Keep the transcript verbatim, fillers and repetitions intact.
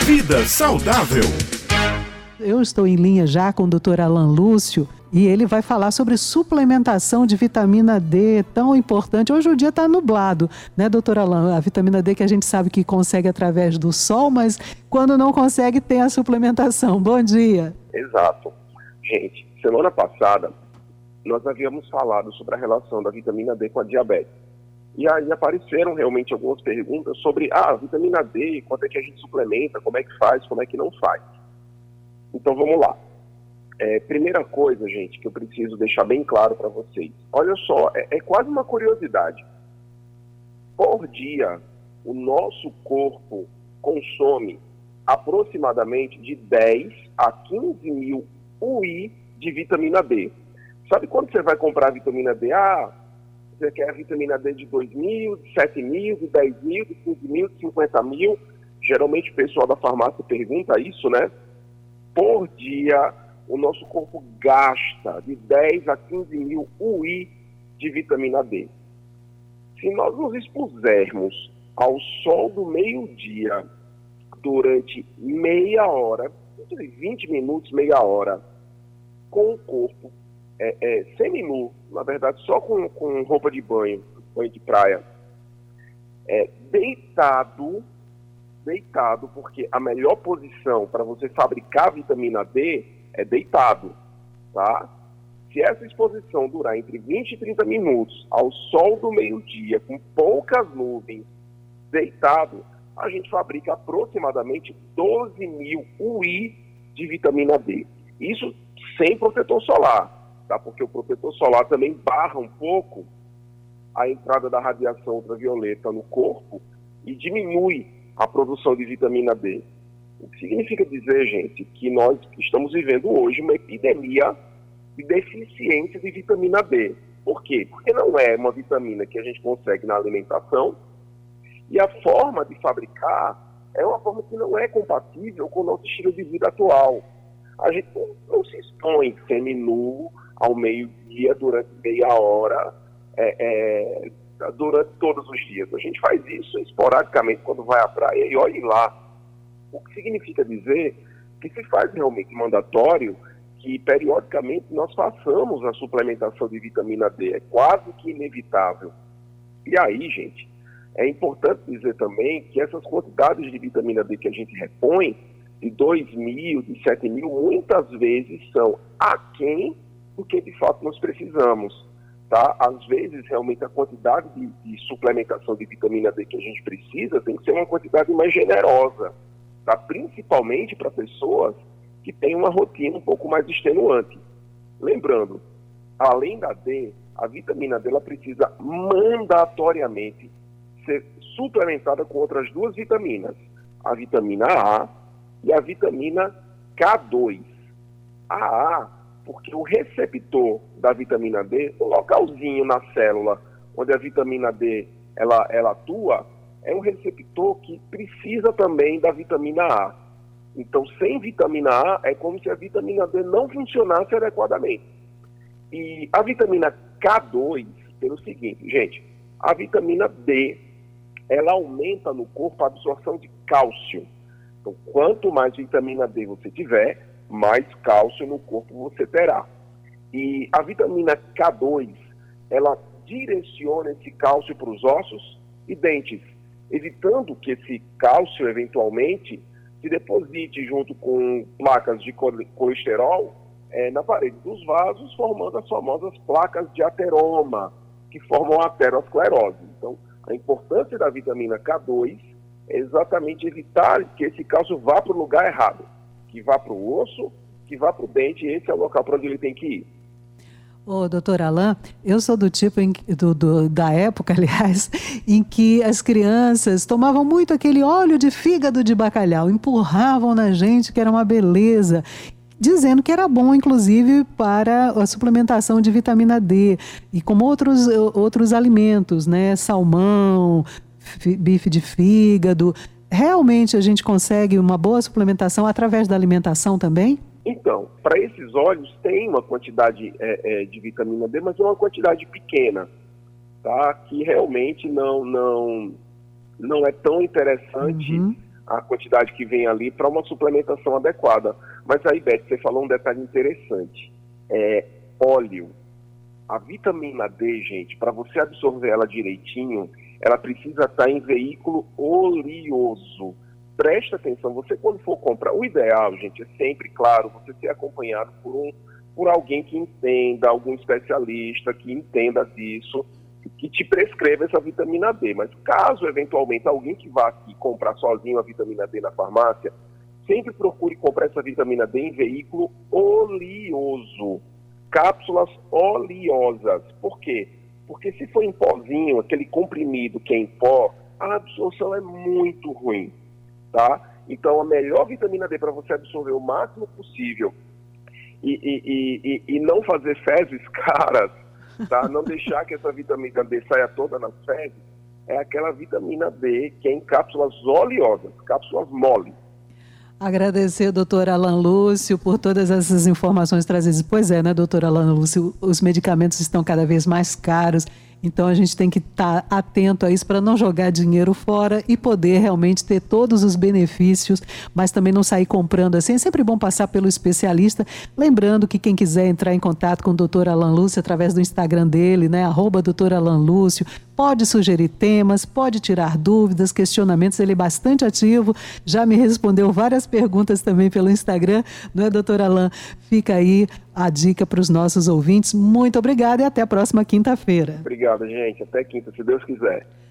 Vida saudável. Eu estou em linha já com o doutor Alan Lúcio e ele vai falar sobre suplementação de vitamina D, tão importante. Hoje o dia está nublado, né, doutor Alan? A vitamina D que a gente sabe que consegue através do sol, mas quando não consegue tem a suplementação. Bom dia. Exato. Gente, semana passada nós havíamos falado sobre a relação da vitamina D com a diabetes. E aí apareceram realmente algumas perguntas sobre ah, a vitamina D, quanto é que a gente suplementa, como é que faz, como é que não faz. Então vamos lá. É, primeira coisa, gente, que eu preciso deixar bem claro para vocês. Olha só, é, é quase uma curiosidade. Por dia, o nosso corpo consome aproximadamente de dez a quinze mil U I de vitamina D. Sabe quando você vai comprar a vitamina D? Ah, você quer a vitamina D de dois mil, de sete mil, de dez mil, de quinze mil, de cinquenta mil. Geralmente o pessoal da farmácia pergunta isso, né? Por dia, o nosso corpo gasta de dez a quinze mil U I de vitamina D. Se nós nos expusermos ao sol do meio-dia durante meia hora, entre vinte minutos, meia hora, com o corpo é, é, seminu, na verdade só com, com roupa de banho, banho de praia, é, deitado, deitado, porque a melhor posição para você fabricar vitamina D é deitado, tá? Se essa exposição durar entre vinte e trinta minutos ao sol do meio-dia, com poucas nuvens, deitado, a gente fabrica aproximadamente doze mil U I de vitamina D. Isso sem protetor solar, tá? Porque o protetor solar também barra um pouco a entrada da radiação ultravioleta no corpo e diminui a produção de vitamina D. O que significa dizer, gente, que nós estamos vivendo hoje uma epidemia de deficiência de vitamina D. Por quê? Porque não é uma vitamina que a gente consegue na alimentação e a forma de fabricar é uma forma que não é compatível com o nosso estilo de vida atual. A gente não, não se expõe seminu ao meio-dia durante meia hora, é, é, durante todos os dias. A gente faz isso esporadicamente quando vai à praia e olhe lá. O que significa dizer que se faz realmente mandatório que periodicamente nós façamos a suplementação de vitamina D. É quase que inevitável. E aí, gente, é importante dizer também que essas quantidades de vitamina D que a gente repõe, de dois mil, de sete mil, muitas vezes são aquém do que de fato nós precisamos. Tá? Às vezes, realmente, a quantidade de, de suplementação de vitamina D que a gente precisa tem que ser uma quantidade mais generosa, tá? Principalmente para pessoas que têm uma rotina um pouco mais extenuante. Lembrando, além da D, a vitamina D ela precisa mandatoriamente ser suplementada com outras duas vitaminas, a vitamina A e a vitamina K dois. A A, porque o receptor da vitamina D, o localzinho na célula onde a vitamina D ela, ela atua, é um receptor que precisa também da vitamina A. Então, sem vitamina A, é como se a vitamina D não funcionasse adequadamente. E a vitamina K dois, pelo seguinte, gente, a vitamina D, ela aumenta no corpo a absorção de cálcio. Então, quanto mais vitamina D você tiver, mais cálcio no corpo você terá. E a vitamina K dois, ela direciona esse cálcio para os ossos e dentes, evitando que esse cálcio, eventualmente, se deposite junto com placas de colesterol é, na parede dos vasos, formando as famosas placas de ateroma, que formam a aterosclerose. Então, a importância da vitamina K dois é exatamente evitar que esse cálcio vá para o lugar errado, que vá para o osso, que vá para o dente, esse é o local para onde ele tem que ir. Ô, doutor Alan, eu sou do tipo, em, do, do, da época, aliás, em que as crianças tomavam muito aquele óleo de fígado de bacalhau, empurravam na gente, que era uma beleza, dizendo que era bom, inclusive, para a suplementação de vitamina D, e como outros, outros alimentos, né, salmão, bife de fígado. Realmente a gente consegue uma boa suplementação através da alimentação também? Então, para esses óleos tem uma quantidade é, é, de vitamina D, mas é uma quantidade pequena, tá? Que realmente não, não, não é tão interessante uhum. a quantidade que vem ali para uma suplementação adequada. Mas aí, Beth, você falou um detalhe interessante. É óleo. A vitamina D, gente, para você absorver ela direitinho, ela precisa estar em veículo oleoso. Presta atenção, você quando for comprar, o ideal, gente, é sempre, claro, você ser acompanhado por, um, por alguém que entenda, algum especialista que entenda disso, que te prescreva essa vitamina D. Mas caso, eventualmente, alguém que vá aqui comprar sozinho a vitamina D na farmácia, sempre procure comprar essa vitamina D em veículo oleoso. Cápsulas oleosas. Por quê? Porque se for em pozinho, aquele comprimido que é em pó, a absorção é muito ruim, tá? Então, a melhor vitamina D para você absorver o máximo possível e, e, e, e não fazer fezes caras, tá? Não deixar que essa vitamina D saia toda nas fezes, é aquela vitamina D que é em cápsulas oleosas, cápsulas mole. Agradecer, doutor Alan Lúcio, por todas essas informações trazidas. Pois é, né, doutor Alan Lúcio, os medicamentos estão cada vez mais caros, então a gente tem que estar atento a isso para não jogar dinheiro fora e poder realmente ter todos os benefícios, mas também não sair comprando assim. É sempre bom passar pelo especialista. Lembrando que quem quiser entrar em contato com o doutor Alan Lúcio através do Instagram dele, né, arroba doutor Alan Lúcio, pode sugerir temas, pode tirar dúvidas, questionamentos, ele é bastante ativo, já me respondeu várias perguntas também pelo Instagram, não é, doutor Alan? Fica aí a dica para os nossos ouvintes. Muito obrigada e até a próxima quinta-feira. Obrigado, gente. Até quinta, se Deus quiser.